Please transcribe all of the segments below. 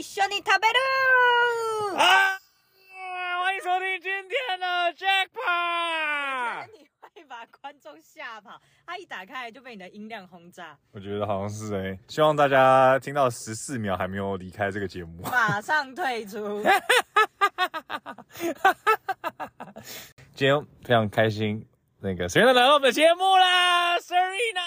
緒に食べる啊！欢迎收听今天的 Jackpot。 你会把观众吓跑，他一打开就被你的音量轰炸。 我觉得好像是希望大家听到14秒还没有离开这个节目， 马上退出。 今天非常开心，那个Serena来到我们的节目啦 ，Serena。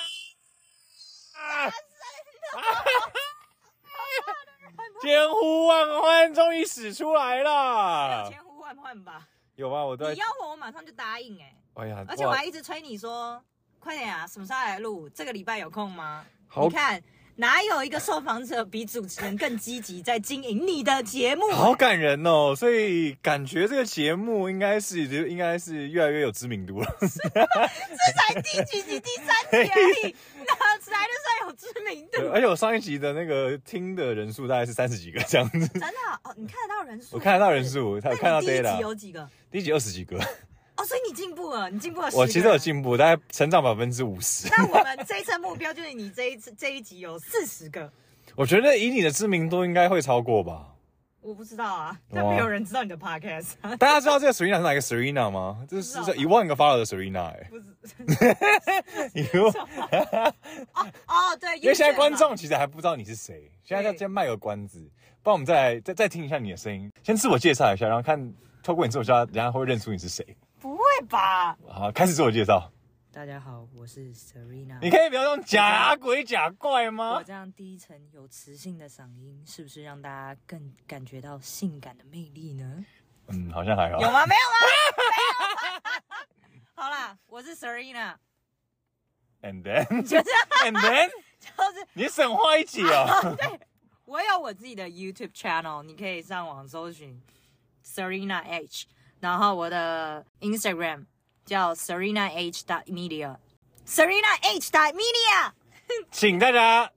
千呼万唤终于使出来了， 千呼万唤吧？ 有吧？ 你要我马上就答应哎呀， 而且我还一直催你说，快点啊，什么时候来录？这个礼拜有空吗？ 好， 你看哪有一个受访者比主持人更积极在经营你的节目？ 好感人哦！所以感觉这个节目应该是越来越有知名度了。 这才第几集？第3集而已，哪来的算有知名度？ 而且我上一集的那个听的人数大概是30几个这样子。 真的哦，你看得到人数？ 我看得到人数，他看到 data。 第一集有几个？ 第一集20几个。 哦，所以你进步了，你进步了10个。 我其实有进步，大概成长50%。 那我们这一次目标就是你这一集有40个。 我觉得以你的知名度应该会超过吧。 我不知道啊，但没有人知道你的 podcast。 大家知道这个 Serena 是哪个 Serena 吗？这是1万个 follow 的 Serena 不是。哦，对， 因为现在观众其实还不知道你是谁，现在要先卖个关子，不然我们再听一下你的声音，先自我介绍一下，然后看透过你自我介绍，人家会认出你是谁。 不会吧？ 好，开始自我介绍。 大家好，我是 Serena。 你可以不要用假鬼假怪吗？ 我这样低沉有磁性的嗓音，是不是让大家更感觉到性感的魅力呢？ 好像还好。 有吗？没有吗？没有吗？好啦，我是 Serena。 And then， 就这样。 And then， 就是你神话一起哦。 对，我有我自己的 YouTube channel， 你可以上网搜寻 Serena H， 然后我的 Instagram 叫 serenah.media， serenah.media， 请大家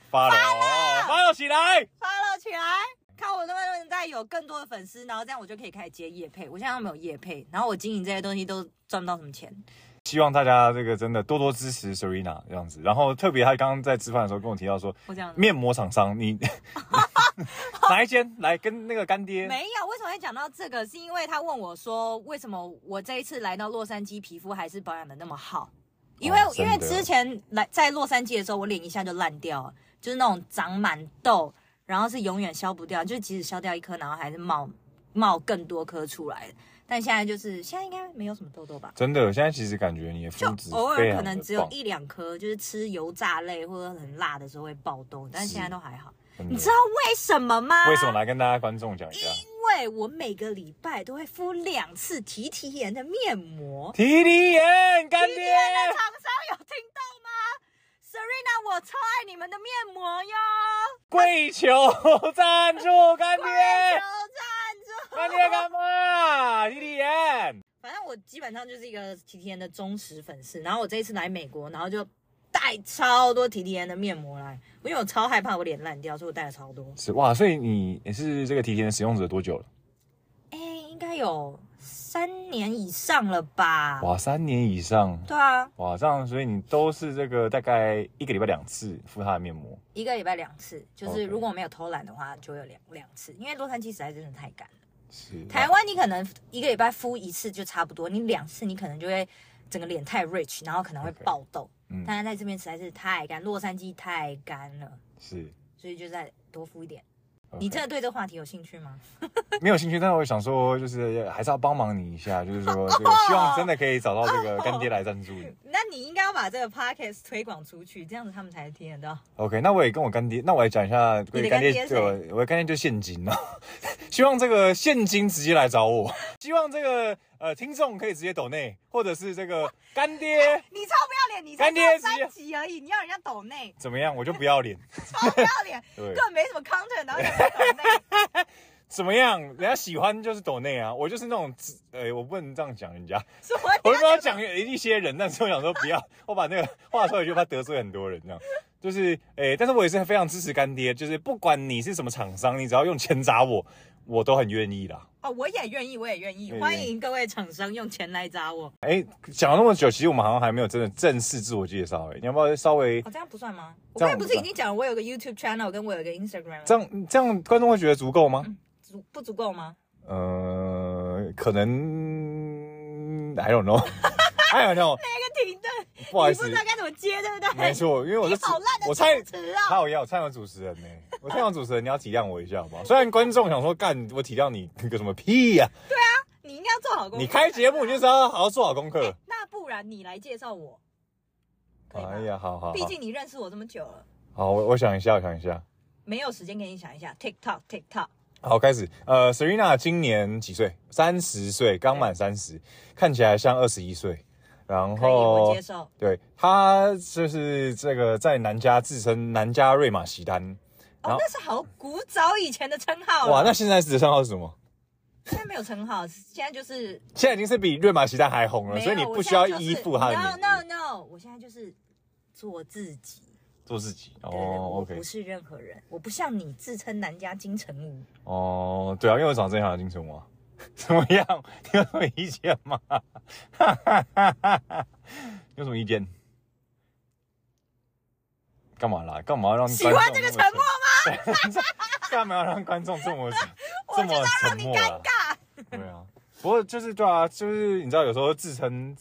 follow 起来 follow 起来，看我能不能再有更多的粉丝，然后这样我就可以开始接业配。我现在都没有业配，然后我经营这些东西都赚不到什么钱。 希望大家这个真的多多支持 Serena 这样子，然后特别他刚刚在吃饭的时候跟我提到说， 我这样面膜厂商你哪一间来跟那个干爹？ 没有，为什么会讲到这个？是因为他问我说，为什么我这一次来到洛杉矶，皮肤还是保养的那么好？因为之前在洛杉矶的时候，我脸一下就烂掉了，就是那种长满痘，然后是永远消不掉，就是即使消掉一颗，然后还是冒更多颗出来的。但现在应该没有什么痘痘吧？ 真的，现在其实感觉你的肤质就偶尔可能只有1-2颗，就是吃油炸类或者很辣的时候会爆痘，但是现在都还好。你知道为什么吗？ 为什么？来跟大家观众讲一下。 因为我每个礼拜都会敷2次提颜的面膜。 提颜，干爹。 提颜的厂商有听到吗 ？Serena， 我超爱你们的面膜哟！ 跪求赞助，干爹！ 跪求赞助， 干爹干嘛？提颜。 反正我基本上就是一个提颜的忠实粉丝。然后我这一次来美国，然后就带超多提颜的面膜来，因为我超害怕我脸烂掉，所以我带了超多。 是哇，所以你也是这个提颜的使用者多久了？ 应该有3年以上了吧？ 哇，3年以上。 对啊。 哇，这样，所以你都是这个大概1个礼拜2次敷它的面膜。 1个礼拜2次，就是如果我没有偷懒的话，就有两次，因为洛杉矶实在真的太干了。 是。 台湾你可能1个礼拜敷1次就差不多，你2次你可能就会整个脸太 rich， 然后可能会爆痘。但是在这边实在是太干，洛杉矶太干了。 是。 所以就再多敷一点。你真的对这个话题有兴趣吗？ 没有兴趣，但是我想说，就是还是要帮忙你一下，就是说，这个希望真的可以找到这个干爹来赞助你。 那你应该要把这个 podcast 推广出去，这样子他们才听得到。 OK， 那我也跟我干爹，那我来讲一下你的干爹谁？ 我的干爹就是现金哦，希望这个现金直接来找我，希望这个听众可以直接抖内，或者是这个干爹， 你超不要脸，你才3集而已，你要人家抖内， 怎么样？我就不要脸， 超不要脸，根本没什么 content， 然后人家抖内。 怎么样？人家喜欢就是抖内啊，我就是那种我不能这样讲人家， 我就不要讲一些人，但是我想说不要，我把那个话出来就怕得罪很多人这样。就是但是我也是非常支持干爹，就是不管你是什么厂商，你只要用钱砸我我都很愿意啦。 哦，我也愿意，欢迎各位厂商用钱来砸我。 讲了那么久，其实我们好像还没有真的正式自我介绍。你要不要稍微？ 这样不算吗？我刚才不是已经讲了，我有个 YouTube channel 跟我有个 Instagram。 这样观众会觉得足够吗？ 不足够吗？ 可能 I don't know。I don't know。 那个停顿， 不好意思， 你不知道该怎么接，对不对？ 没错，因为我好烂的我猜主持啊！ 我参与主持人呢，我参与主持人，你要体谅我一下好不好？虽然观众想说干，我体谅你那个什么屁呀？ 对啊，你应该要做好功课。 你开节目就是要好好做好功课。 那不然你来介绍我，可以吗？ 哎呀，好， 毕竟你认识我这么久了。 好，我想一下， 没有时间给你想一下。TikTok。 好，开始。Serena 今年几岁？30岁，刚满30，看起来像21岁。然后， 我接受。 对，他就是这个在南加自称南加瑞玛席丹。 那是好古早以前的称号。 哇，那现在的称号是什么？ 现在没有称号，现在已经是比瑞玛席丹还红了，所以你不需要依附他的名字。 No， 我现在就是做自己。 OK， 我不是任何人，我不像你自称南加金城武。 对啊，因为我长这样的金城武啊。怎么样？你有什么意见吗？有什么意见？干嘛啦？干嘛要让喜欢这个沉默吗？ 干嘛要让观众这么沉默啊？ 对啊，不过就是对啊，就是你知道有时候自称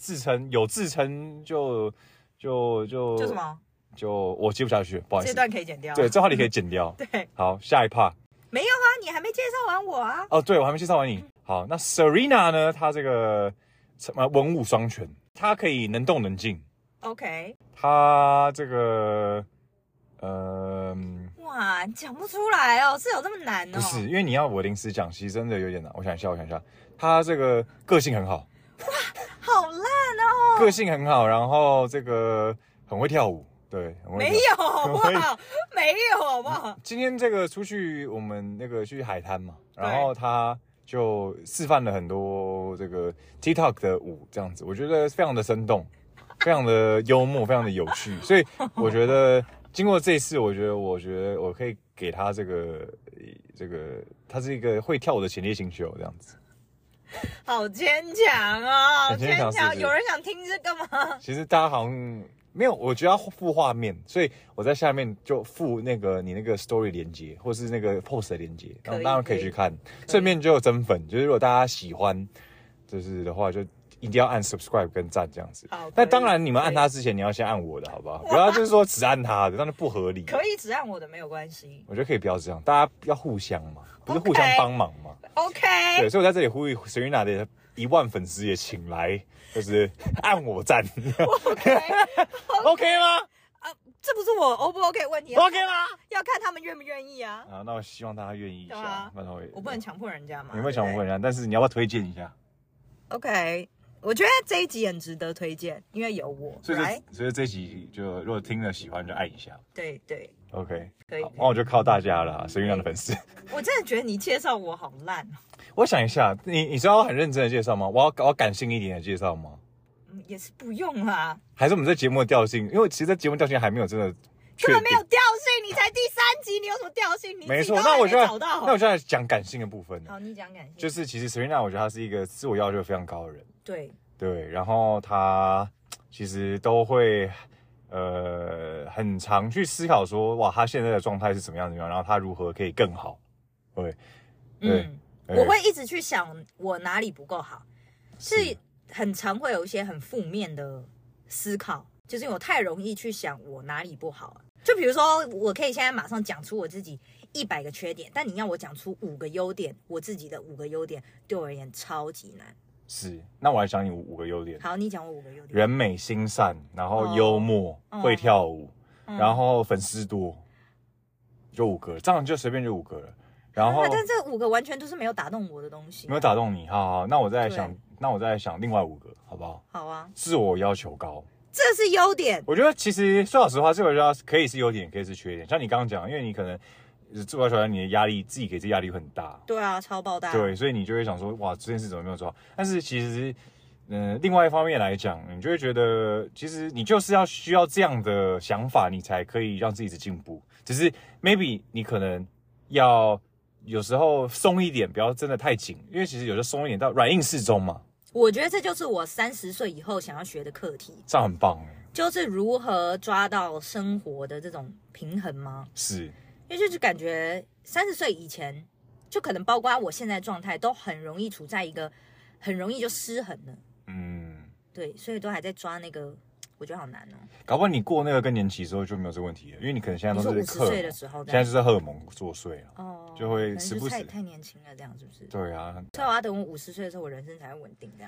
就什么？ 就我接不下去，不好意思， 这段可以剪掉。 对，这话题可以剪掉。 对， 好，下一 part。 没有啊，你还没介绍完我啊。 对，我还没介绍完你。好，那 Serena 呢？她这个文武双全，她可以能动能静。 OK。她这个哇，讲不出来哦，是有这么难哦？ 不是，因为你要我临时讲，其实真的有点难。我想一下，她这个个性很好。 哇，好烂哦！ 个性很好，然后这个很会跳舞。对， 没有好不好？没有好不好？ 今天这个出去，我们那个去海滩嘛，然后他就示范了很多这个 TikTok 的舞，这样子，我觉得非常的生动，非常的幽默，非常的有趣，所以我觉得经过这一次，我觉得我可以给他这个，他是一个会跳舞的前列新秀这样子。 好牵强啊，好牵强！有人想听这个吗？ 其实大家好像。没有，我觉得要附画面，所以我在下面就附你那个 story 连结，或是那个 post 的连结，然后大家可以去看，顺便就有增粉。就是如果大家喜欢，就是的话，就一定要按 subscribe 跟赞这样子。但当然，你们按他之前，你要先按我的，好不好？不要就是说只按他的，那就不合理。 可以只按我的没有关系。 我觉得可以不要这样，大家要互相嘛，不是互相帮忙嘛。 OK。 对，所以我在这里呼吁 Serena 的1万粉丝也请来。就是按我赞 ，OK 吗？ 这不是我 O 不 OK 问题 ，OK 吗？ 要看他们愿不愿意啊。 那我希望大家愿意一下。 我不能强迫人家嘛。 你会强迫人家，但是你要不要推荐一下 ？OK， 我觉得这一集很值得推荐，因为有我。 所以这一集就如果听了喜欢就按一下。 对。 OK， 可以。 那我就靠大家了，Serena的粉丝。 我真的觉得你介绍我好烂。 我想一下，你是要很认真的介绍吗？我要感性一点的介绍吗？ 也是不用啦。 还是我们这节目的调性？因为其实这节目调性还没有真的根本没有调性，你才第3集，你有什么调性？你没错，那我就来讲感性的部分。 好，你讲感性。 就是其实 Serena 我觉得她是一个自我要求非常高的人。 对， 然后她其实都会很常去思考说，哇，她现在的状态是怎么样，然后她如何可以更好。对。 我会一直去想我哪里不够好，是很常会有一些很负面的思考，就是因为我太容易去想我哪里不好。就比如说，我可以现在马上讲出我自己100个缺点，但你要我讲出5个优点，我自己的5个优点对我而言超级难。 是，那我来讲你5个优点。 好，你讲我5个优点。 人美心善，然后幽默，会跳舞，然后粉丝多，就5个，这样就随便就5个了。然后， 但这5个完全都是没有打动我的东西。 没有打动你，好，那我再想另外5个，好不好？ 好啊。 自我要求高， 这是优点。 我觉得其实说老实话，自我要求可以是优点，也可以是缺点。像你刚刚讲，因为你可能自我要求，你的压力自己给自己压力很大。 对啊，超爆大。 对，所以你就会想说，哇，这件事怎么没有做好？但是其实，另外一方面来讲，你就会觉得，其实你就是需要这样的想法，你才可以让自己一直进步。只是 maybe 你可能要有时候松一点，不要真的太紧，因为其实有时候松一点到软硬适中嘛。 我觉得这就是我30岁以后想要学的课题。 这样很棒哎。 就是如何抓到生活的这种平衡吗？ 是， 因为就是感觉30岁以前，就可能包括我现在状态，都很容易处在一个很容易就失衡了。对，所以都还在抓那个，我觉得好难哦。 搞不好你过那个更年期的时候就没有这个问题了，因为你可能现在都是 50岁的时候， 现在就是荷尔蒙作祟了，就会时不时太年轻了，这样是不是？ 对啊， 所以我要等我50岁的时候，我人生才会稳定这样。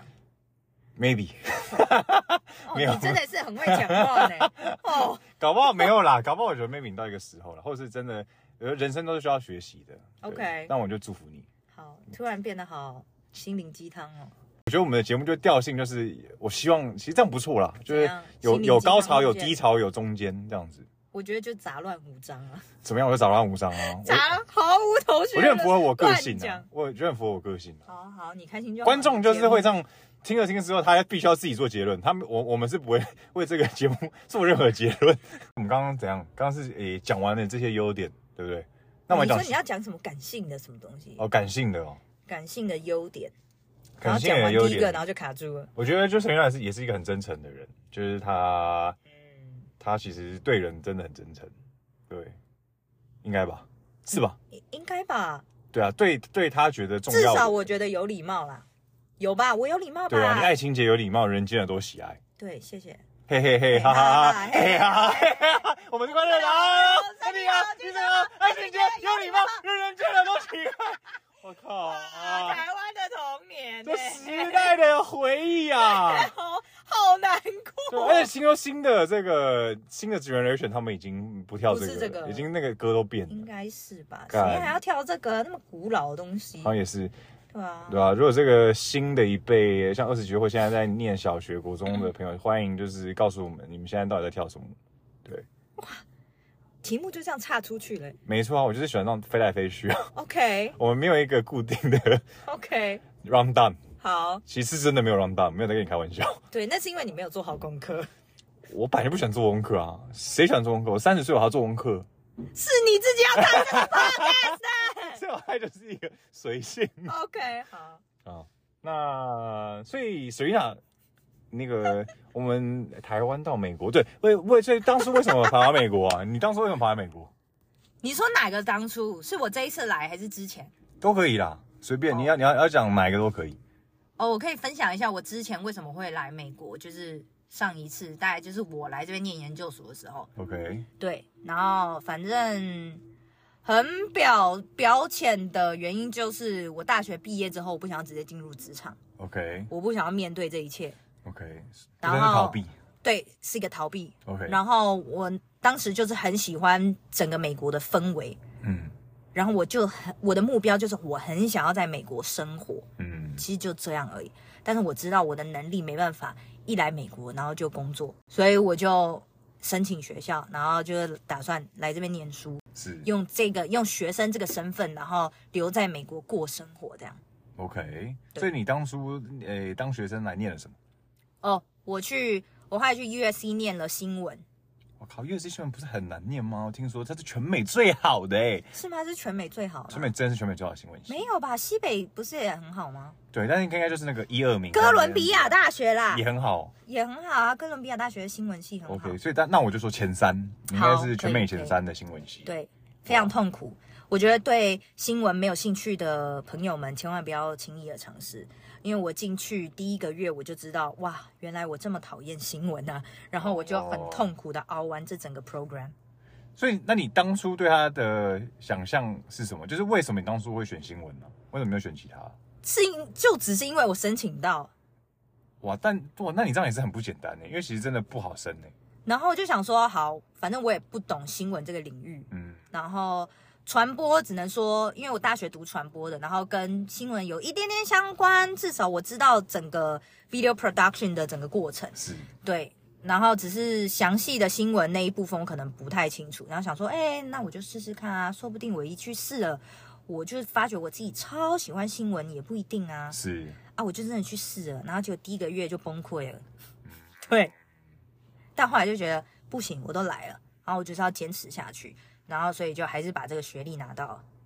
Maybe 没有，你真的是很会讲话呢。哦， 搞不好没有啦，搞不好我觉得 maybe 你到一个时候了，或者是真的，人生都是需要学习的。 OK， 那我就祝福你。 好，突然变得好心灵鸡汤哦。 我觉得我们的节目就调性就是，我希望其实这样不错啦，就是有高潮、有低潮、有中间这样子。 我觉得就杂乱无章啊。 怎么样？我就杂乱无章啊， 毫无头绪。 我觉得很符合我个性啊，我觉得很符合我个性。 好，你开心就好。 观众就是会这样听了之后，他必须要自己做结论。我们是不会为这个节目做任何结论。我们刚刚怎样？刚刚是讲完了这些优点，对不对？那我们讲， 你说你要讲什么感性的什么东西？ 感性的哦， 感性的优点。 然后讲完第一个，然后就卡住了。 我觉得就是陈原来也是一个很真诚的人，就是他其实对人真的很真诚，对，应该吧？是吧？ 应该吧？ 对啊，对他觉得重要， 至少我觉得有礼貌啦，有吧？我有礼貌吧？ 对啊，你爱情节有礼貌，人见了都喜爱。 对，谢谢。 嘿嘿嘿，哈哈哈，嘿哈哈，我们是快乐的啊！三弟啊，你怎么爱情节有礼貌，人见了都喜爱。我靠！ 台湾的童年， 这时代的回忆啊， 好难过。 而且新的 generation， 他们已经不跳这个，已经那个歌都变了， 应该是吧？谁还要跳这个那么古老的东西？ 好像也是， 对啊， 对啊。如果这个新的一辈，像20几或现在在念小学、国中的朋友，欢迎就是告诉我们，你们现在到底在跳什么？对， 哇。题目就这样岔出去了。 没错啊，我就是喜欢这样飞来飞去啊。 OK， 我们没有一个固定的 OK round down。 好， 其实真的没有 round down，没有在跟你开玩笑。 对，那是因为你没有做好功课。 我本来就不喜欢做功课啊，谁喜欢做功课？我30岁我还要做功课， 是你自己要看这个 podcast。 这还就是一个随性。 OK， 好。 啊，那所以Serena。那个，我们台湾到美国，对，所以当初为什么跑到美国啊？你当初为什么跑到美国？ 你说哪个当初？是我这一次来还是之前？ 都可以啦，随便，你要讲哪一个都可以。 我可以分享一下我之前为什么会来美国，就是上一次大概就是我来这边念研究所的时候。 OK。 对，然后反正很表浅的原因就是我大学毕业之后，我不想要直接进入职场。 OK。 我不想要面对这一切。 OK， 然后逃避， 对，是一个逃避。 OK， 然后我当时就是很喜欢整个美国的氛围，然后我的目标就是我很想要在美国生活，其实就这样而已。但是我知道我的能力没办法一来美国然后就工作，所以我就申请学校，然后就打算来这边念书， 是用学生这个身份，然后留在美国过生活这样。 OK， 所以你当初当学生来念了什么？ 我后来去 USC 念了新闻。 我靠 ，USC 新闻不是很难念吗？我听说它是全美最好的是吗？是全美最好的？ 全美真是全美最好的新闻系。 没有吧？西北不是也很好吗？ 对，但是应该就是那个1、2名。 哥伦比亚大学啦， 也很好， 也很好啊。哥伦比亚大学的新闻系很好。 OK， 所以那我就说前3，应该是全美前3的新闻系。 对，非常痛苦。我觉得对新闻没有兴趣的朋友们，千万不要轻易的尝试。因为我进去第1个月我就知道，哇，原来我这么讨厌新闻啊！然后我就很痛苦的熬完这整个 program。 所以，那你当初对他的想象是什么？就是为什么你当初会选新闻呢？为什么没有选其他？ 就只是因为我申请到。 哇，那你这样也是很不简单呢，因为其实真的不好申呢。 然后我就想说，好，反正我也不懂新闻这个领域，然后传播只能说，因为我大学读传播的，然后跟新闻有一点点相关，至少我知道整个 video production 的整个过程， 是对，然后只是详细的新闻那一部分我可能不太清楚，然后想说，那我就试试看啊，说不定我一去试了，我就发觉我自己超喜欢新闻，也不一定啊， 是啊，我就真的去试了，然后就第1个月就崩溃了，对，但后来就觉得不行，我都来了，然后我就是要坚持下去。然后，所以就还是把这个学历拿到了。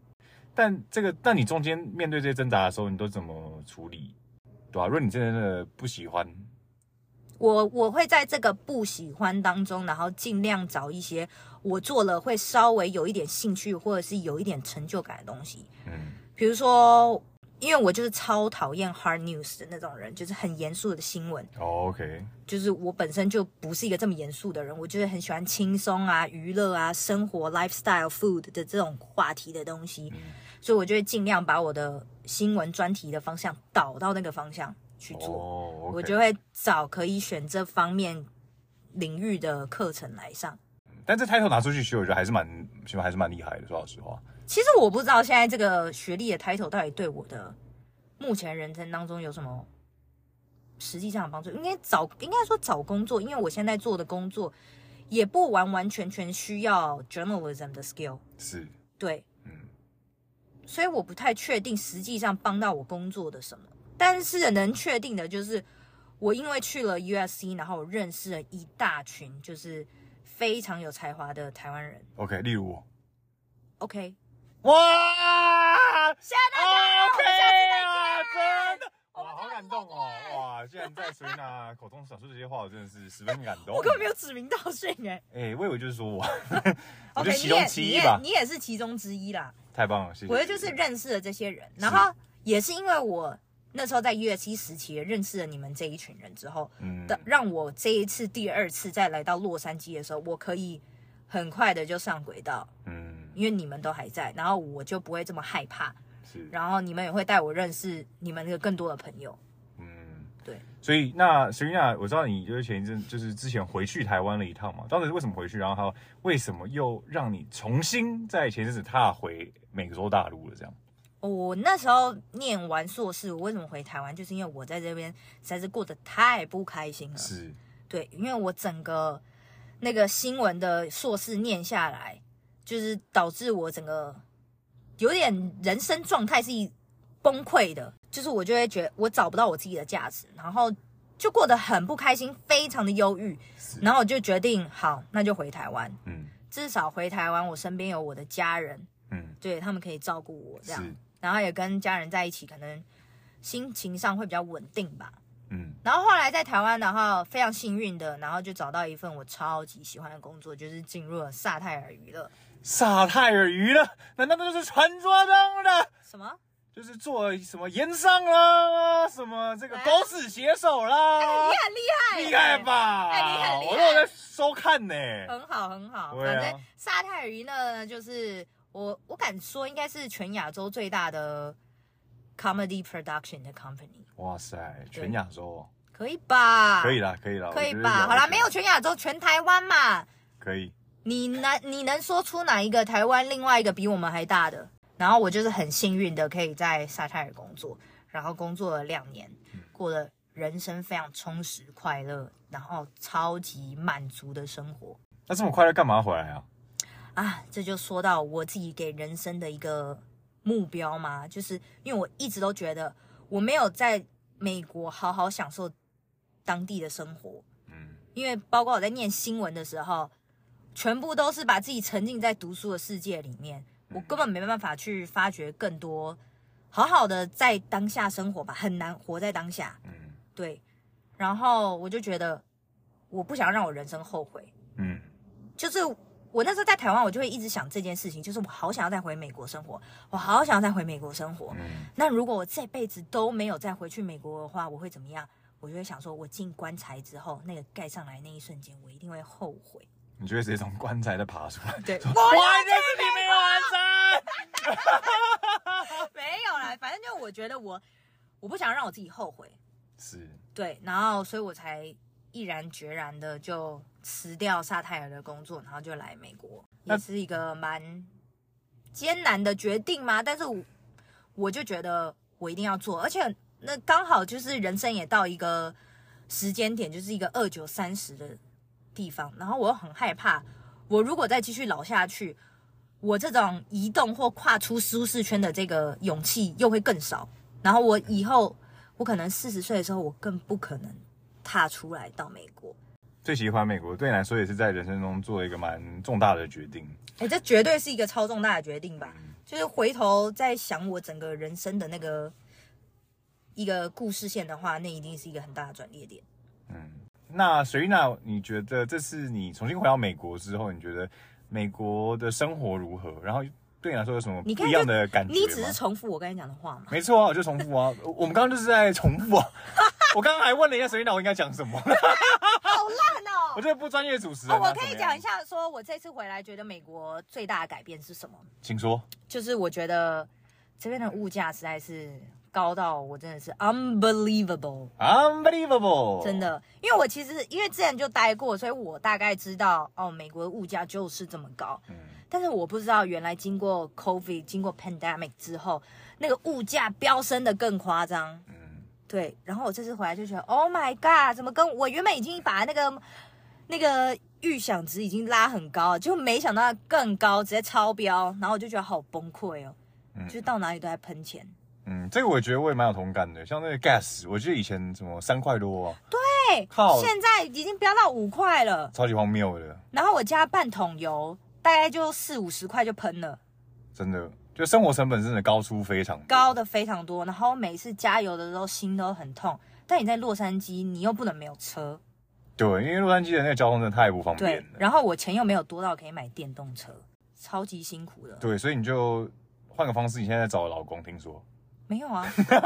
但你中间面对这些挣扎的时候，你都怎么处理？对吧？如果你真的不喜欢， 我会在这个不喜欢当中，然后尽量找一些我做了会稍微有一点兴趣或者是有一点成就感的东西。比如说，因为我就是超讨厌 hard news 的那种人，就是很严肃的新闻。 OK， 就是我本身就不是一个这么严肃的人，我就是很喜欢轻松啊、娱乐啊、生活 lifestyle food 的这种话题的东西，所以我就会尽量把我的新闻专题的方向导到那个方向去做。 Okay. 我就会找可以选这方面领域的课程来上。 但这 title 拿出去，其实我觉得还是蛮厉害的，说老实话。 其实我不知道现在这个学历的 title 到底对我的目前人生当中有什么实际上的帮助。应该说找工作，因为我现在做的工作也不完完全全需要 journalism 的 skill。 是， 对，所以我不太确定实际上帮到我工作的什么。但是能确定的就是，我因为去了 USC， 然后我认识了一大群就是非常有才华的台湾人。 OK， 例如我。 OK。 哇！ 谢谢大家 ！OK 啊，真的， 哇， 好感动哦！哇，竟然在 Serena 口中讲出这些话，我真的是十分感动。 我根本没有指名道姓哎，我以为就是说我，我 OK， 就其中之一吧。 你也是其中之一啦。 太棒了，谢谢。 我就是认识了这些人，然后也是因为我那时候在 USC 时期认识了你们这一群人之后，让我这一次第二次再来到洛杉矶的时候，我可以很快的就上轨道。因为你们都还在，然后我就不会这么害怕，然后你们也会带我认识你们那个更多的朋友，对。 所以那 Serena， 我知道你就是前一阵就是之前回去台湾了一趟嘛，当时为什么回去？然后为什么又让你重新在前阵子踏回美洲大陆了？这样？ 我那时候念完硕士，我为什么回台湾？就是因为我在这边实在是过得太不开心了。 是，对， 因为我整个那个新闻的硕士念下来。就是导致我整个有点人生状态是崩溃的，就是我就会觉得我找不到我自己的价值，然后就过得很不开心，非常的忧郁，然后我就决定好，那就回台湾，至少回台湾我身边有我的家人，对，他们可以照顾我这样，然后也跟家人在一起，可能心情上会比较稳定吧。然后后来在台湾，然后非常幸运的，然后就找到一份我超级喜欢的工作，就是进入了萨泰尔娱乐。 萨泰尔娱乐，难道那就是传说中的什么？ 就是做什么烟商啦，什么这个狗屎写手啦？ 你很厉害， 厉害吧？ 你很厉害， 我都有在收看呢。 很好，很好。反正萨泰尔娱乐呢，就是我敢说，应该是全亚洲最大的 comedy production 的 company。哇塞，全亚洲可以吧？ 可以啦。 可以吧？好啦，没有全亚洲，全台湾嘛。 可以。 你能说出哪一个台湾另外一个比我们还大的？然后我就是很幸运的可以在萨泰尔工作，然后工作了2年，过了人生非常充实快乐，然后超级满足的生活。 那这么快乐干嘛回来啊？这就说到我自己给人生的一个目标嘛，就是因为我一直都觉得我没有在美国好好享受当地的生活，因为包括我在念新闻的时候，全部都是把自己沉浸在读书的世界里面，我根本没办法去发掘更多好好的在当下生活吧，很难活在当下。对。然后我就觉得我不想让我人生后悔。就是我那时候在台湾，我就会一直想这件事情，就是我好想要再回美国生活，我好想要再回美国生活。那如果我这辈子都没有再回去美国的话，我会怎么样？我就会想说，我进棺材之后，那个盖上来那一瞬间，我一定会后悔。 你就会直接从棺材的爬出来？ 对， 我就是你没有完成。 没有啦，反正就我觉得我不想让我自己后悔。 是。 对，然后所以我才毅然决然的就辞掉萨泰尔的工作，然后就来美国，也是一个蛮艰难的决定嘛。但是我就觉得我一定要做，而且那刚好就是人生也到一个时间点，就是一个29、30的地方，然后我又很害怕，我如果再继续老下去，我这种移动或跨出舒适圈的这个勇气又会更少，然后我以后我可能40岁的时候，我更不可能踏出来到美国。 最喜欢美国，对你来说也是在人生中做一个蛮重大的决定。 这绝对是一个超重大的决定吧。 就是回头在想我整个人生的那个一个故事线的话，那一定是一个很大的转捩点。 那水玉娜，你觉得这次你重新回到美国之后，你觉得美国的生活如何？然后对你来说有什么不一样的感觉吗？ 你只是重复我刚才讲的话吗？ 没错啊，我就重复啊。我们刚刚就是在重复啊。我刚刚还问了一下水玉娜，我应该讲什么？ 好烂哦！ 我这个不专业主持人。 我可以讲一下，说我这次回来觉得美国最大的改变是什么？ 请说。 就是我觉得这边的物价实在是高到我真的是 unbelievable， 真的。因为我其实因为之前就待过，所以我大概知道哦，美国的物价就是这么高。但是我不知道原来经过 COVID 经过 pandemic 之后，那个物价飙升的更夸张。对，然后我这次回来就觉得 ，Oh my God， 怎么跟我原本已经把那个预想值已经拉很高了，就没想到更高，直接超标，然后我就觉得好崩溃哦，就是到哪里都在喷钱。 这个我觉得我也蛮有同感的，像那个 gas， 我记得以前什么3块多， 对， 靠， 现在已经飙到5块了， 超级荒谬的。 然后我加半桶油，大概就40-50块就喷了， 真的。就生活成本真的高出非常多， 高的非常多，然后每次加油的时候心都很痛。但你在洛杉矶，你又不能没有车， 对，因为洛杉矶的那个交通真的太不方便了。 对，然后我钱又没有多到可以买电动车，超级辛苦的。 对，所以你就换个方式，你现在在找老公，听说没有啊？你怎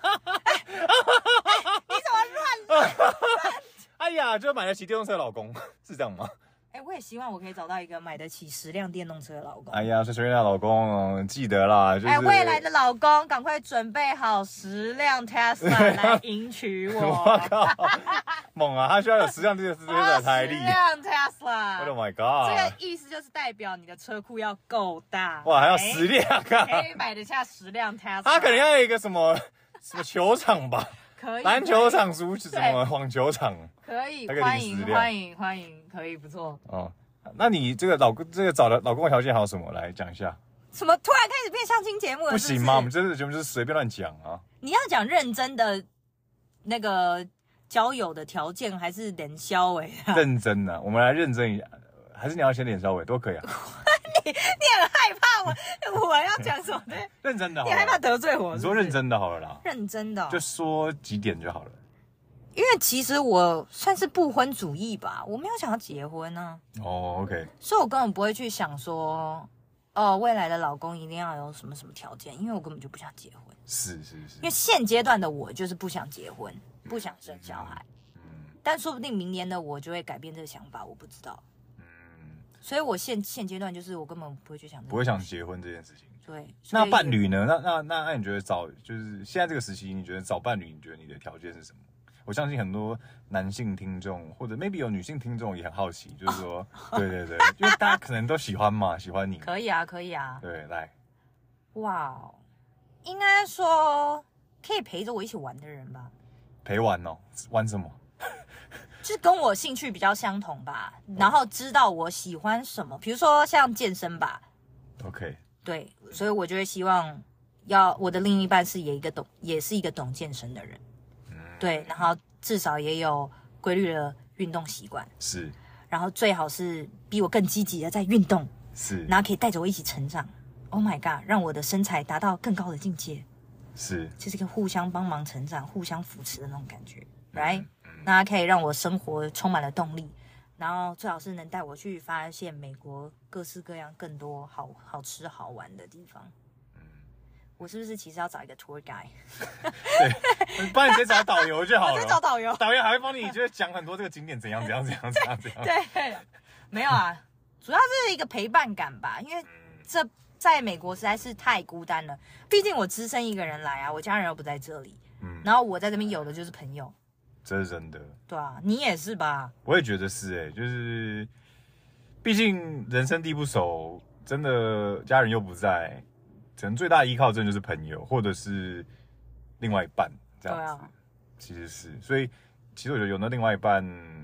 么乱？ 哎呀，就买得起电动车的老公，是这样吗？ 我也希望我可以找到一个买得起10辆电动车的老公。 哎呀，所以水月娜老公记得啦，就是未来的老公，赶快准备好10辆 Tesla 来迎娶我。 我靠，猛啊！他需要有10辆这个财力。 10辆 Tesla。 Oh my god！ 这个意思就是代表你的车库要够大。 哇，还要10辆啊！ 可以买得下10辆 Tesla。 他可能要有一个什么球场吧？ 可以。 篮球场、什么网球场？ 可以，欢迎，可以，不错。 哦，那你这个找的老公的条件还有什么？来讲一下。 什么？突然开始变相亲节目了？ 不行吗？我们这个节目就是随便乱讲啊。 你要讲认真的那个交友的条件，还是脸消委啊？ 认真的，我们来认真一下，还是你要先脸消委都可以啊。 你很害怕我要讲什么呢？ 认真的好了， 你害怕得罪我是不是？ 你说认真的好了啦。 认真的就说几点就好了。 因为其实我算是不婚主义吧，我没有想要结婚啊。 哦 ，OK。 所以我根本不会去想说，未来的老公一定要有什么什么条件，因为我根本就不想结婚。 是。 因为现阶段的我就是不想结婚，不想生小孩。但说不定明年的我就会改变这个想法，我不知道。所以我现阶段就是我根本不会去想， 不会想结婚这件事情。 对。 那伴侣呢？那你觉得就是现在这个时期，你觉得找伴侣，你觉得你的条件是什么？我相信很多男性听众或者 maybe 有女性听众也很好奇，就是说，对，因为大家可能都喜欢嘛，喜欢你。 可以啊。 对，来。 哇，应该说可以陪着我一起玩的人吧。 陪玩哦？玩什么？ 就是跟我兴趣比较相同吧，然后知道我喜欢什么，比如说像健身吧。 OK。 对，所以我就会希望我的另一半是也是一个懂健身的人。对，然后至少也有规律的运动习惯， 是， 然后最好是比我更积极的在运动， 是， 然后可以带着我一起成长。Oh my god， 让我的身材达到更高的境界， 是， 就是一个互相帮忙成长、互相扶持的那种感觉，right？那可以让我生活充满了动力，然后最好是能带我去发现美国各式各样更多好吃好玩的地方。我是不是其实要找一个 tour guide？ 对，不然你直接找导游就好了。 我直接找导游， 导游还会帮你就是讲很多这个景点怎样。 对，没有啊，主要是一个陪伴感吧，因为这在美国实在是太孤单了。毕竟我只身一个人来啊，我家人又不在这里，然后我在这边有的就是朋友。 这是真的。 对啊，你也是吧？ 我也觉得是就是毕竟人生地不熟，真的家人又不在。可能最大的依靠真的就是朋友，或者是另外一半这样子。对啊，其实是，所以其实我觉得有那另外一半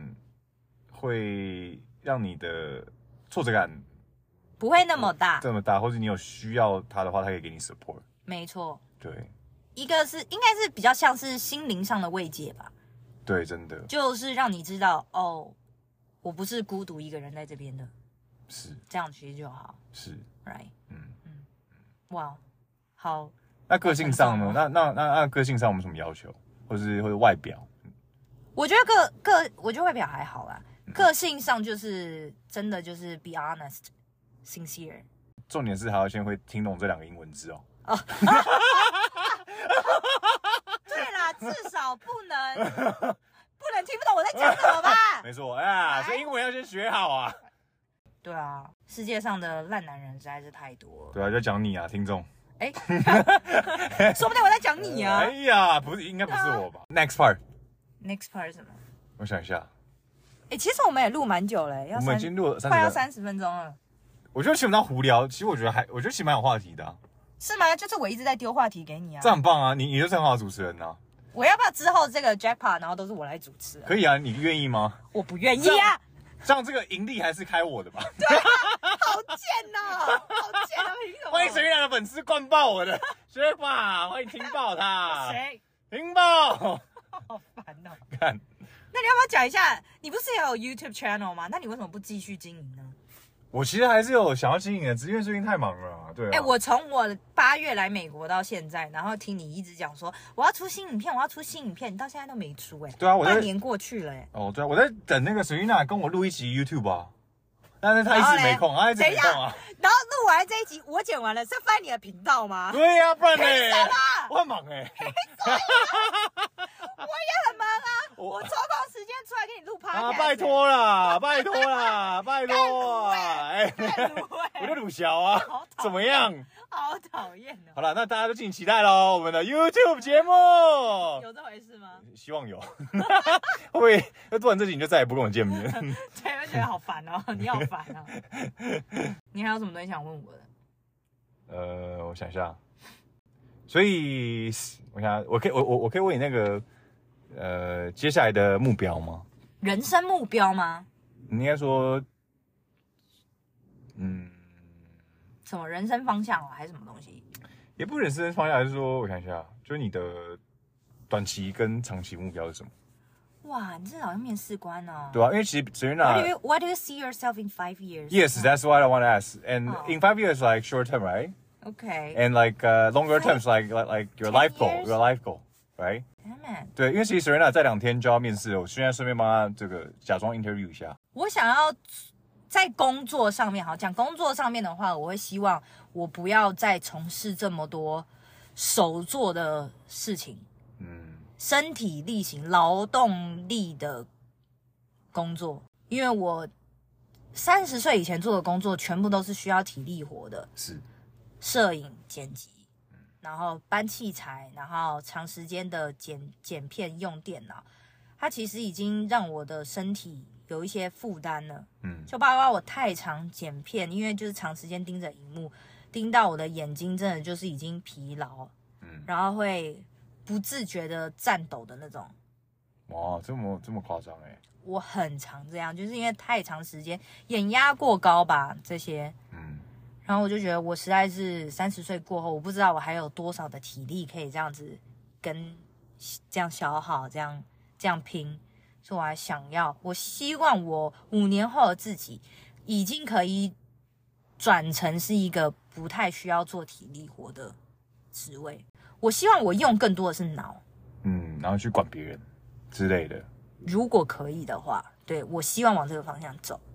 会让你的挫折感不会那么大， 或者你有需要他的话，他可以给你 support。 没错， 对， 一个是应该是比较像是心灵上的慰藉吧。 对，真的就是让你知道我不是孤独一个人在这边的， 是这样其实就好。 是 ，right。 哇，好。 那个性上呢？那个性上我们什么要求，或者外表？ 我觉得我觉得外表还好啦，个性上就是真的就是 be honest, sincere。 重点是还要先会听懂这2个英文字哦。 对啦，至少不能听不懂我在讲什么吧？ 没错，哎呀，所以英文要先学好啊。 对啊，世界上的烂男人实在是太多了。 对啊，就讲你啊，听众。 哎，说不定我在讲你啊。 哎呀，不是，应该不是我吧？Next part 是什么？ 我想一下。 哎，其实我们也录蛮久了， 我们已经录了快要30分钟了。 我觉得基本上胡聊，其实我觉得其实蛮有话题的啊。 是吗？就是我一直在丢话题给你啊。 这很棒啊，你就是很好的主持人啊。 我要不要之后这个 jackpot 然后都是我来主持？ 可以啊，你愿意吗？ 我不愿意啊。 这样这个盈利还是开我的吧？ 对啊，好贱哦，好贱啊！凭什么？ 欢迎水月的粉丝灌爆我的学霸，欢迎听爆他。 谁？ 听爆！ 好烦哦。 看， 那你要不要讲一下？你不是也有 YouTube channel 吗？那你为什么不继续经营呢？ 我其实还是有想要经营的，只是因为最近太忙了啊。对啊。 我从我8月来美国到现在，然后听你一直讲说我要出新影片，你到现在都没出对啊， 半年过去了哦，对啊，我在等那个 Serena 跟我录一集 YouTube 啊，但是他一直没空，他一直没空啊。 然后录完这一集，我剪完了，是放在你的频道吗？ 对呀，不然呢？我很忙我也很忙啊，我抽空时间出来给你录 podcast 啊，拜托啦，拜托啦，拜托啊！我就鲁小啊，怎么样？ 好讨厌哦！ 好了，那大家都敬请期待喽，我们的 YouTube 节目有这回事吗？ 希望有。会不会录完这集你就再也不跟我见面？ 对，会觉得好烦哦，你好烦啊！你还有什么东西想问我的？ 我想一下。所以，我想我可以问你那个接下来的目标吗？ 人生目标吗？ 你应该说， 什么人生方向哦，还是什么东西？ 也不是人生方向，还是说，我想一下，就是你的短期跟长期目标是什么？ 哇，你这好像面试官哦。 对啊，因为其实 Serena What do you see yourself in 5 years? Yes, that's what I want to ask. And in 5 years, like short term, right? Okay. And like longer terms, like your life goal, right? Damn it. 对，因为其实 Serena 在2天就要面试了，我现在顺便帮她这个假装 interview 一下。 我想要在工作上面，好讲工作上面的话，我会希望我不要再从事这么多手做的事情，身体力行、劳动力的工作，因为我30岁以前做的工作全部都是需要体力活的， 是摄影、剪辑，然后搬器材，然后长时间的剪片用电脑，它其实已经让我的身体有一些负担了，就包括我太常剪片，因为就是长时间盯着荧幕，盯到我的眼睛真的就是已经疲劳，然后会不自觉的颤抖的那种。 哇，这么夸张哎！ 我很常这样，就是因为太长时间眼压过高吧，这些，然后我就觉得我实在是30岁过后，我不知道我还有多少的体力可以这样子跟这样消耗，这样拼，所以我希望我5年后的自己已经可以转成是一个不太需要做体力活的职位。我希望我用更多的是脑， 然后去管别人之类的。 如果可以的话，对，我希望往这个方向走。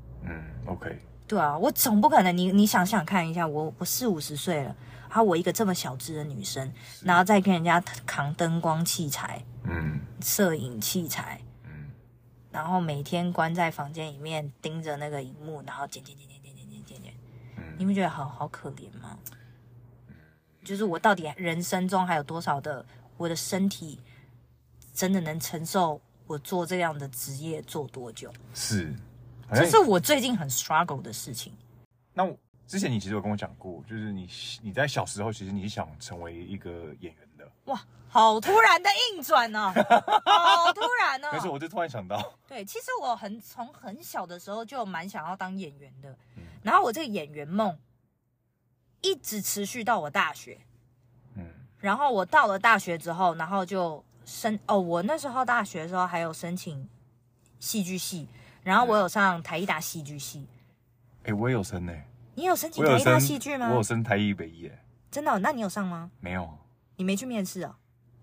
OK。 对啊，我总不可能，你想想看一下，我40-50岁了，然后我一个这么小只的女生，然后再跟人家扛灯光器材，摄影器材，然后每天关在房间里面盯着那个荧幕，然后剪，你们觉得好可怜吗？就是我到底人生中还有多少的我的身体真的能承受我做这样的职业做多久？ 是。 这是我最近很 struggle 的事情。 那之前你其实有跟我讲过，就是你在小时候其实你是想成为一个演员的。 哇，好突然的硬转哦，好突然哦。 没事，我就突然想到。 对，其实我从很小的时候就蛮想要当演员的，然后我这个演员梦一直持续到我大学，然后我到了大学之后，然后就我那时候大学的时候还有申请戏剧系。然后我有上台艺大戏剧系， 我也有升欸。 你有申请台艺大戏剧吗？ 我有升台艺北艺欸。 真的、哦？那你有上吗？ 没有， 你没去面试啊？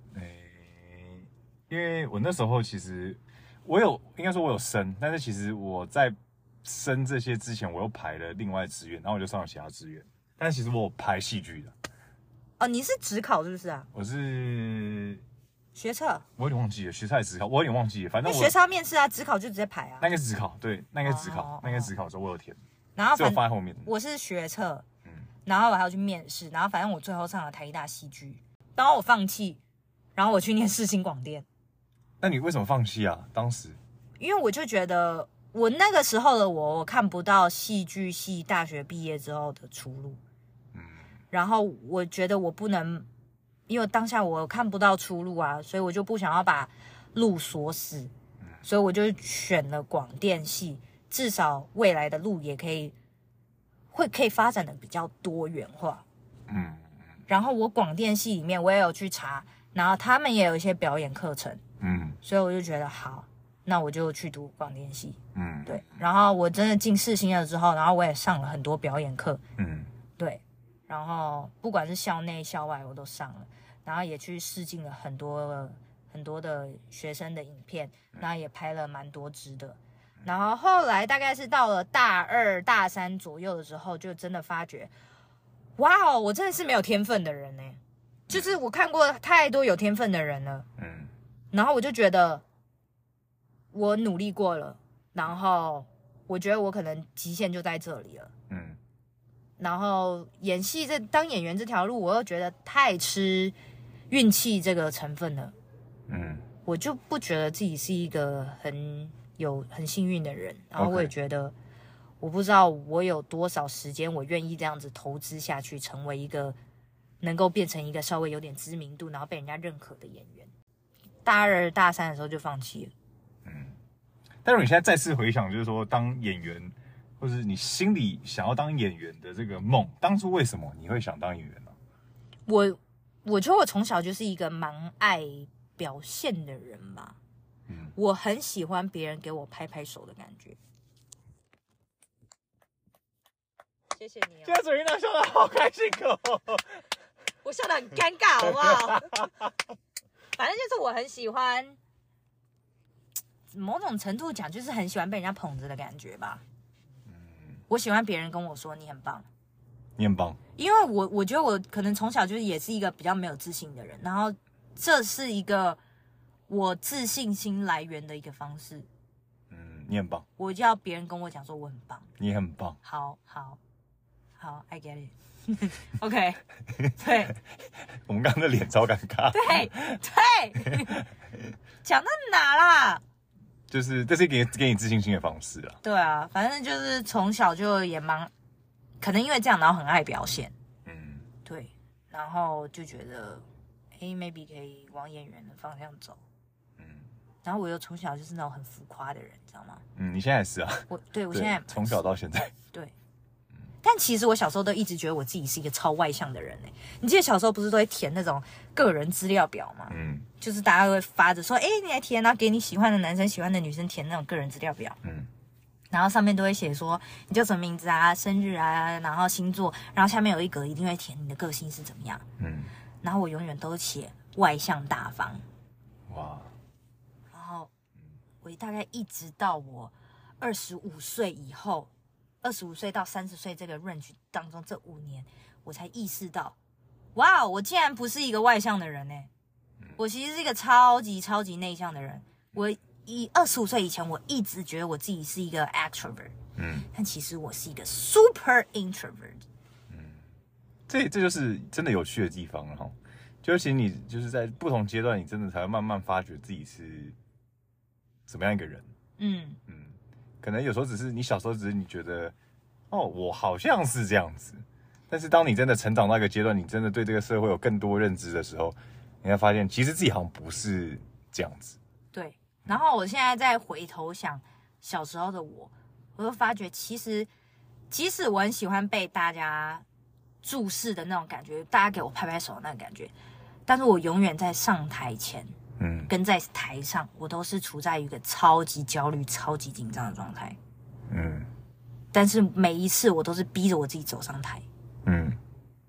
因为我那时候其实应该说我有升，但是其实我在升这些之前，我又排了另外志愿，然后我就上了其他志愿。但其实我有排戏剧的。 哦，你是指考是不是啊？ 我是学测， 我有点忘记了，学测还是指考，我有点忘记了，反正因为学测要面试啊，指考就直接排啊。 那应该是指考，对，那应该是指考，那应该是指考的时候我有填， 然后只有放在后面。 我是学测，然后我还要去面试，然后反正我最后上了台大戏剧，然后我放弃，然后我去念世新广电。 那你为什么放弃啊？当时？ 因为我就觉得我那个时候的我看不到戏剧系大学毕业之后的出路，然后我觉得我不能，因为当下我看不到出路啊，所以我就不想要把路锁死，所以我就选了广电系，至少未来的路也可以发展的比较多元化。然后我广电系里面我也有去查，然后他们也有一些表演课程，所以我就觉得好，那我就去读广电系，对。然后我真的进世新了之后，然后我也上了很多表演课，对。然后不管是校内校外我都上了，然后也去试镜了很多的学生的影片，然后也拍了蛮多支的。然后后来大概是到了大2、大3左右的时候，就真的发觉，哇哦，我真的是没有天分的人呢。就是我看过太多有天分的人了，然后我就觉得我努力过了，然后我觉得我可能极限就在这里了，然后演戏当演员这条路，我又觉得太吃运气这个成分了，我就不觉得自己是一个很幸运的人，然后我也觉得我不知道我有多少时间我愿意这样子投资下去，成为一个能够变成一个稍微有点知名度然后被人家认可的演员。大2、大3的时候就放弃了。 但是你现在再次回想，就是说当演员或是你心里想要当演员的这个梦，当初为什么你会想当演员呢？ 我觉得我从小就是一个蛮爱表现的人吧，我很喜欢别人给我拍拍手的感觉。谢谢你哦。 现在水云娜笑得好开心哦， 我笑得很尴尬，好不好？反正就是我很喜欢，某种程度讲就是很喜欢被人家捧着的感觉吧。我喜欢别人跟我说你很棒， 你很棒， 因为我觉得我可能从小就是也是一个比较没有自信的人，然后这是一个我自信心来源的一个方式。 你很棒， 我就要别人跟我讲说我很棒， 你很棒， 好 I get it 。OK， 对， 我们刚刚的脸超尴尬。 对，讲到哪啦？ 就是这是给你自信心的方式啊。 对啊，反正就是从小就也可能因为这样，然后很爱表现。对，然后就觉得maybe 可以往演员的方向走。然后我又从小就是那种很浮夸的人，你知道吗？ 你现在也是啊。 我现在从小到现在。 对。但其实我小时候都一直觉得我自己是一个超外向的人欸。你记得小时候不是都会填那种个人资料表吗？就是大家会发着说，你来填，然后给你喜欢的男生、喜欢的女生填那种个人资料表。然后上面都会写说你叫什么名字啊、生日啊，然后星座，然后下面有一格一定会填你的个性是怎么样。然后我永远都写外向大方。哇。然后我大概一直到我25岁以后，25岁到30岁这个 range 当中，这5年我才意识到，哇，我竟然不是一个外向的人欸。我其实是一个超级超级内向的人。我25岁以前，我一直觉得我自己是一个 extrovert，但其实我是一个 super introvert。 这就是真的有趣的地方了哈。就是其实你就是在不同阶段，你真的才会慢慢发觉自己是什么样一个人。可能有时候你小时候只是你觉得，我好像是这样子，但是当你真的成长到一个阶段，你真的对这个社会有更多认知的时候，你会发现其实自己好像不是这样子。 对，然后我现在再回头想小时候的我就发觉其实即使我很喜欢被大家注视的那种感觉，大家给我拍拍手的那个感觉，但是我永远在上台前跟在台上，我都是处在一个超级焦虑、超级紧张的状态。但是每一次我都是逼着我自己走上台。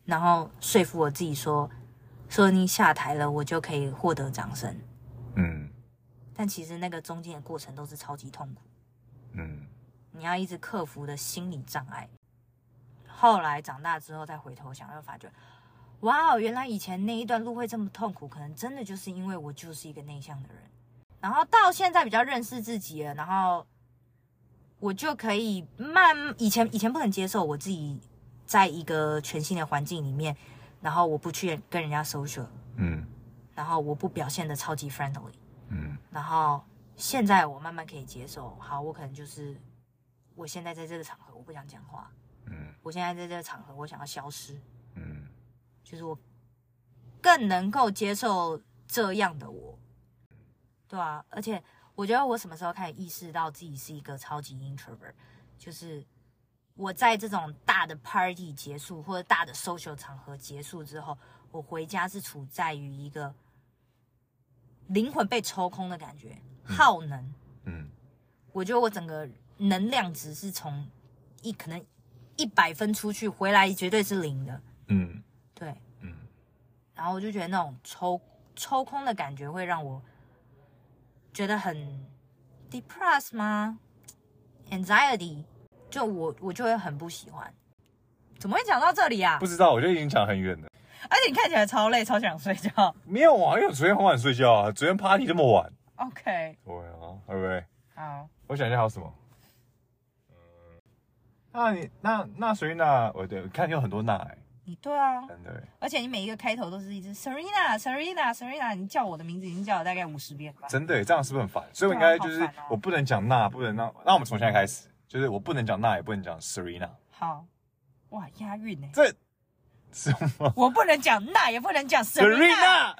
然后说服我自己说你下台了，我就可以获得掌声。但其实那个中间的过程都是超级痛苦。你要一直克服的心理障碍。后来长大之后再回头想，就发觉，哇，原来以前那一段路会这么痛苦，可能真的就是因为我就是一个内向的人。然后到现在比较认识自己了，然后我就可以以前不能接受我自己在一个全新的环境里面，然后我不去跟人家 social，然后我不表现的超级 friendly，然后现在我慢慢可以接受，好，我可能就是我现在在这个场合我不想讲话，我现在在这个场合我想要消失，就是我更能够接受这样的我，对啊，而且我觉得我什么时候开始意识到自己是一个超级 introvert， 就是我在这种大的 party 结束或者大的 social 场合结束之后，我回家是处在于一个灵魂被抽空的感觉，耗能。我觉得我整个能量值是从可能100分出去，回来绝对是0的。对。然后我就觉得那种抽空的感觉会让我觉得很 depressed 吗 ？anxiety， 就我就会很不喜欢。怎么会讲到这里啊？ 不知道，我觉得已经讲很远了。 而且你看起来超累，超想睡觉。 没有啊，因为我昨天很晚睡觉啊，昨天 party 这么晚。 OK。 对啊，对不对？ 好， 我想一下还有什么。那所以那我看有很多那你对啊， 真的。而且你每一个开头都是一直 Serena， 你叫我的名字已经叫了大概50遍吧。 真的，这样是不是很烦？所以我应该就是我不能讲那，不能那我们从现在开始，就是我不能讲那，也不能讲 Serena。 好，哇，押韵欸。 这什么？ 我不能讲那，也不能讲 Serena。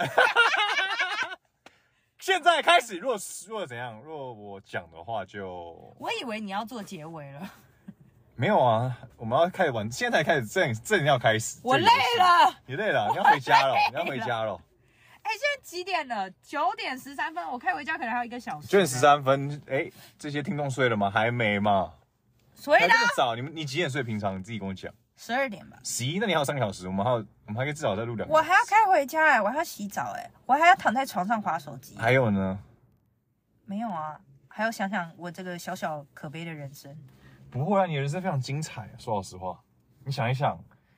现在开始，如果怎样？如果我讲的话就， 我以为你要做结尾了。 没有啊，我们要开始玩，现在才开始正要开始。 我累了， 你累了，你要回家了，你要回家了。 现在几点了？9点13分，我开回家可能还有1个小时。 9点13分，这些听众睡了吗？还没嘛。 所以呢？ 这么早，你几点睡？平常你自己跟我讲。 12点吧。 11，那你还有3个小时，我们还可以至少再录2个。 我还要开回家我还要洗澡我还要躺在床上滑手机。 还有呢？ 没有啊，还要想想我这个小小可悲的人生。 不会啊，你的人生非常精彩。说老实话，你想一想，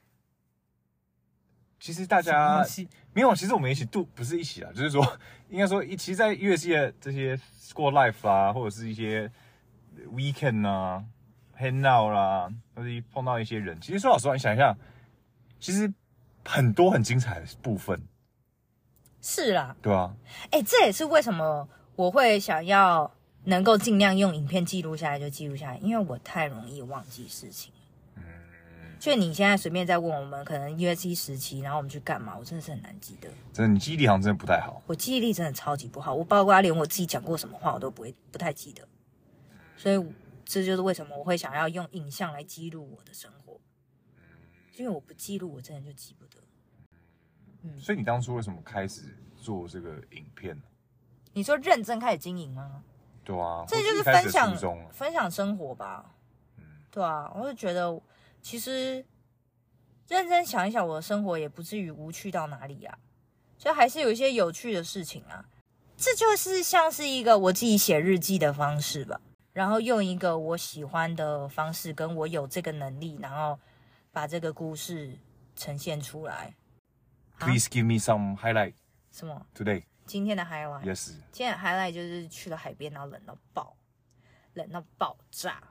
其实大家没有，其实我们一起不是一起啦，就是说，应该说，其实，在USC的这些过 life 啦，或者是一些 weekend 啊 ，hang out 啦，或者碰到一些人，其实说老实话，你想一下，其实很多很精彩的部分。 是啦， 对啊， 这也是为什么我会想要能够尽量用影片记录下来就记录下来，因为我太容易忘记事情。所以你现在随便再问我们，可能 USC 时期，然后我们去干嘛，我真的是很难记得。 真的，你记忆力好像真的不太好。 我记忆力真的超级不好，我包括连我自己讲过什么话，我都不太记得。所以这就是为什么我会想要用影像来记录我的生活，因为我不记录，我真的就记不得。 所以你当初为什么开始做这个影片呢？ 你说认真开始经营吗？ 对啊， 这就是分享生活吧。对啊，我就觉得其实认真想一想，我的生活也不至于无趣到哪里啊，所以还是有一些有趣的事情啊。这就是像是一个我自己写日记的方式吧，然后用一个我喜欢的方式，跟我有这个能力，然后把这个故事呈现出来。 Please give me some highlight. 什么 ？Today. 今天的 highlight。 Yes. 今天的 highlight 就是去了海边，然后冷到爆炸。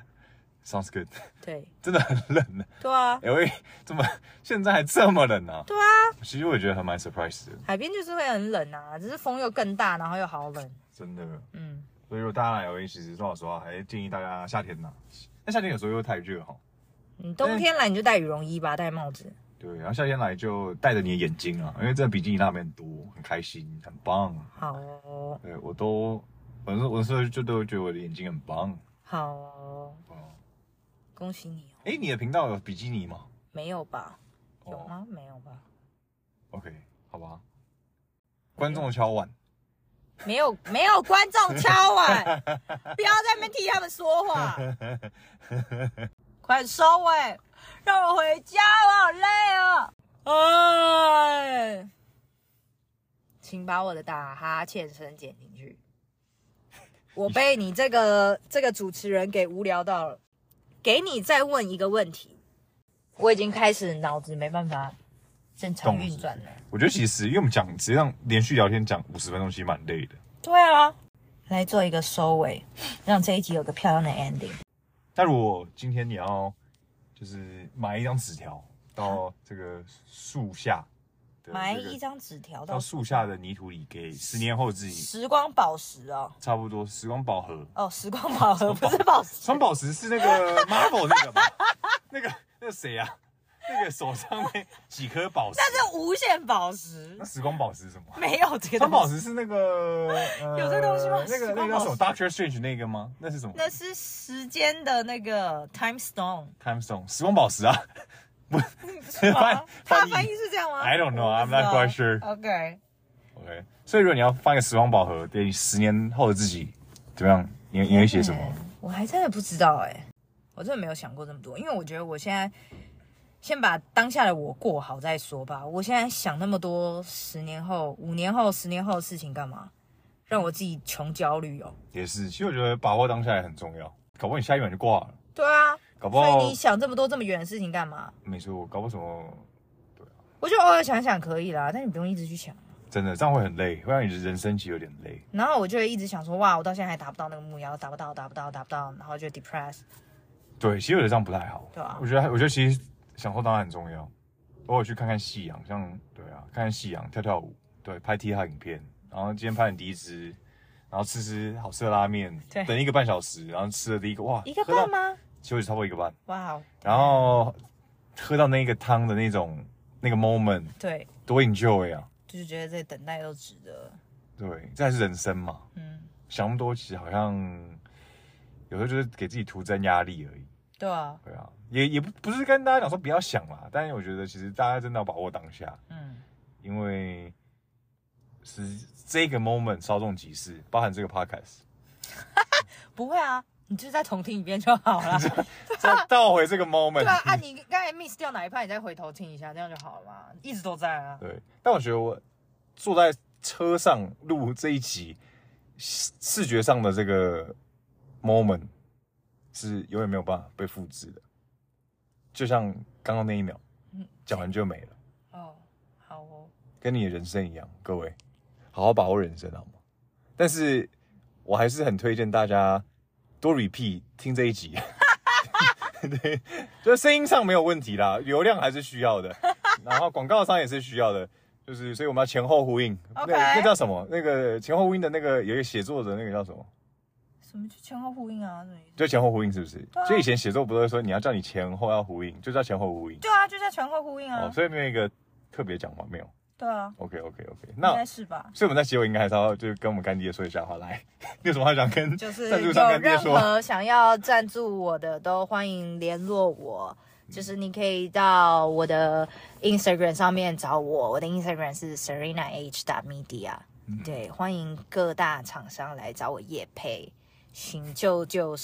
Sounds good. 对， 真的很冷呢。 对啊。 怎么现在还这么冷啊？ 对啊。 其实我也觉得还蛮 surprise 的。 海边就是会很冷啊，只是风又更大，然后又好冷。 真的。所以如果大家来LA，其实说老实话，还是建议大家夏天拿。但夏天有时候又太热哈。 你冬天来你就戴羽绒衣吧，戴帽子。 对，然后夏天来就带着你的眼睛啊，因为真的比基尼那边很多，很开心，很棒。 好哦。 对，我那时候就都觉得我的眼睛很棒。 好哦。恭喜你哦。 你的频道有比基尼吗？ 没有吧？有吗？没有吧 ？OK， 好吧。观众敲碗。 没有观众敲碗，不要在那边替他们说话。快收让我回家，我好累哦。哎，请把我的打哈欠声剪进去。我被你这个主持人给无聊到了。给你再问一个问题，我已经开始脑子没办法正常运转了。 我觉得其实因为我们讲实际上连续聊天讲50分钟，其实蛮累的。 对啊，来做一个收尾，让这一集有个漂亮的 ending。 那如果今天你要就是买一张纸条到这个树下的、 买一张纸条到树下的泥土里，给10年后自己。 时光宝石哦， 差不多时光宝盒哦，时光宝盒不是宝石， 时光宝石是那个 Marvel 那个吧？那个谁啊？那个手上那几颗宝石， 那是无限宝石。 那时光宝石是什么？ 没有这个。时光宝石是那个有这东西吗？ 那个叫什么 Doctor Strange 那个吗？那是什么？ 那是时间的那个 Time Stone。Time Stone 时光宝石啊。不， 它翻译是这样吗 ？I don't know, I'm not quite sure. OK， 所以如果你要放一个时光宝盒给你10年后的自己，怎么样？你会写什么？ 我还真的不知道我真的没有想过这么多，因为我觉得我现在先把当下的我过好再说吧。我现在想那么多10年后、5年后、10年后的事情干嘛？让我自己穷焦虑哦。 也是，其实我觉得把握当下也很重要，搞不好你下一秒就挂了。 对啊。 搞不好， 所以你想这么多这么远的事情干嘛？ 没错，搞不好什么，对啊。 我觉得偶尔想想可以啦，但你不用一直去想。 真的，这样会很累，会让你的人生其实有点累。 然后我就会一直想说，哇，我到现在还达不到那个目标，达不到，然后就 depress。 对，其实我觉得这样不太好。 对啊。我觉得其实享受当然很重要，偶尔去看看夕阳，像对啊，看看夕阳，跳跳舞，对，拍 TikTok 影片，然后今天拍你第一支，然后吃好吃的拉面，等1个半小时，然后吃了第一个，哇，1个半吗？ 其实差不多1个半。 哇哦！ 然后喝到那个汤的那个 moment， 对， 多 enjoy 啊！ 就是觉得这等待都值得。 对，这还是人生嘛。想那么多，其实好像有时候就是给自己徒增压力而已。 对啊， 对啊，也不是跟大家讲说不要想啦，但是我觉得其实大家真的要把握当下。因为是这个 moment 稍纵即逝，包含这个 podcast。 不会啊。你就再重听一遍就好了， 再倒回这个 moment。 对啊，你刚才 miss 掉哪一趴，你再回头听一下，这样就好了嘛，一直都在啊。 对，但我觉得我坐在车上录这一集，视觉上的这个 moment 是永远没有办法被复制的，就像刚刚那1秒，讲完就没了。 哦，好哦， 跟你的人生一样，各位好好把握人生好吗？但是我还是很推荐大家多 repeat 听这一集，对，就是声音上没有问题啦，流量还是需要的，然后广告商也是需要的，就是所以我们要前后呼应。那叫什么？那个前后呼应的那个有一个写作的那个叫什么？ 什么就前后呼应啊？ 就前后呼应是不是？所以以前写作不是说你要叫你前后要呼应，就叫前后呼应。 对啊，就叫前后呼应啊。 所以没有一个特别讲话没有。 对啊 ，OK， 那应该是吧。 所以我们在结尾应该还是要就跟我们干爹说一下话，来，你有什么话想跟就是赞助商干爹说？ 有任何想要赞助我的都欢迎联络我，就是你可以到我的 Instagram 上面找我的 Instagram 是 SerenaH.media，对，欢迎各大厂商来找我业配。请救救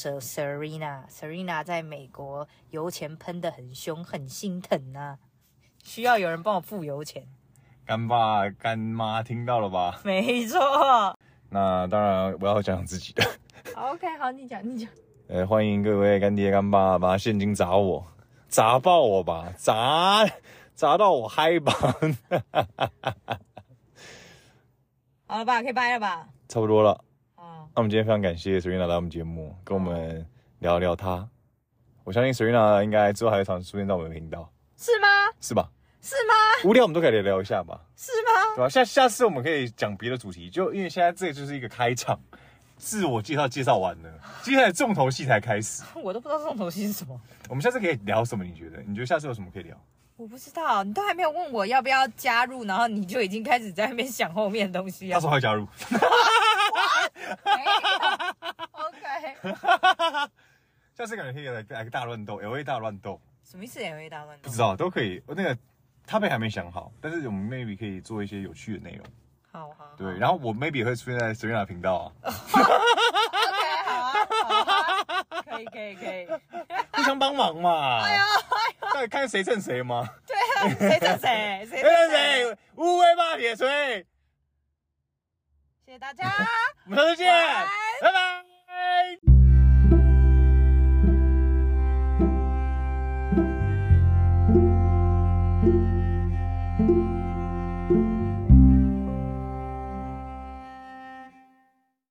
Serena 在美国油钱喷得很凶，很心疼啊，需要有人帮我付油钱。 干爸干妈听到了吧？ 没错。 那当然我要讲自己的。 OK， 好，你讲。 欢迎各位干爹干爸把现金砸我，砸爆我吧，砸到我嗨吧。 好了吧，可以掰了吧？ 差不多了。那我们今天非常感谢 Serena 来我们节目，跟我们聊聊她。我相信 Serena 应该之后还会常出现在我们的频道， 是吗？ 是吧？ 是吗？ 无聊我们都可以聊一下吧， 是吗？ 对吧？下次我们可以讲别的主题，就因为现在这就是一个开场，自我介绍完了，接下来重头戏才开始。 我都不知道重头戏是什么。 我们下次可以聊什么？你觉得下次有什么可以聊？ 我不知道，你都还没有问我要不要加入，然后你就已经开始在那边想后面的东西啊。 他说会加入。 OK。 下次感觉可以来个大乱斗 ，LA 大乱斗。 什么意思 ？LA 大乱斗？ 不知道，都可以。那个他们还没想好，但是我们 maybe 可以做一些有趣的内容。 好。 对，然后我 maybe 会出现在 Serena 频道啊。 OK， 好啊，可以。 互相帮忙嘛。哎呀，大看谁蹭谁吗？ 对啊，谁蹭谁？谁蹭谁？乌龟骂铁锤。 谢谢大家， 我们下次见，拜拜。